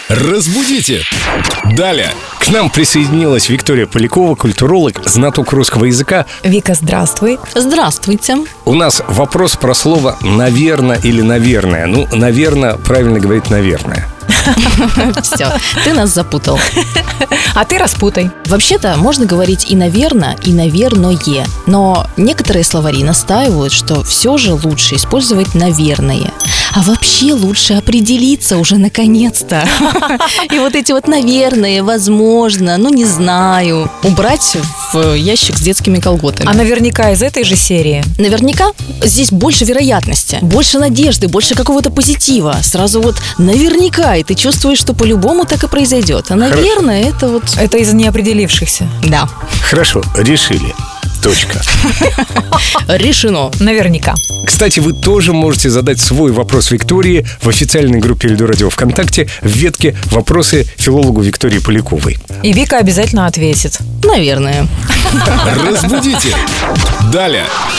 Разбудите! Далее. К нам присоединилась Виктория Полякова, культуролог, знаток русского языка. Вика, здравствуй. Здравствуйте. У нас вопрос про слово «наверно» или «наверное». Ну, «наверно» правильно говорить «наверное». Все, ты нас запутал. А ты распутай. Вообще-то можно говорить и «наверно», и «наверное». Но некоторые словари настаивают, что все же лучше использовать «наверное». А вообще лучше определиться уже наконец-то. И вот эти вот «наверное», «возможно», «ну не знаю» убрать в ящик с детскими колготами. А наверняка из этой же серии. Наверняка здесь больше вероятности, больше надежды, больше какого-то позитива. Сразу вот наверняка, и ты чувствуешь, что по-любому так и произойдет. А наверное, это вот... Это из неопределившихся. Да. Хорошо, решили. Точка. Решено. Наверняка. Кстати, вы тоже можете задать свой вопрос Виктории в официальной группе Эльдо Радио ВКонтакте в ветке «Вопросы филологу Виктории Поляковой». И Вика обязательно ответит. Наверное. Разбудите! Далее.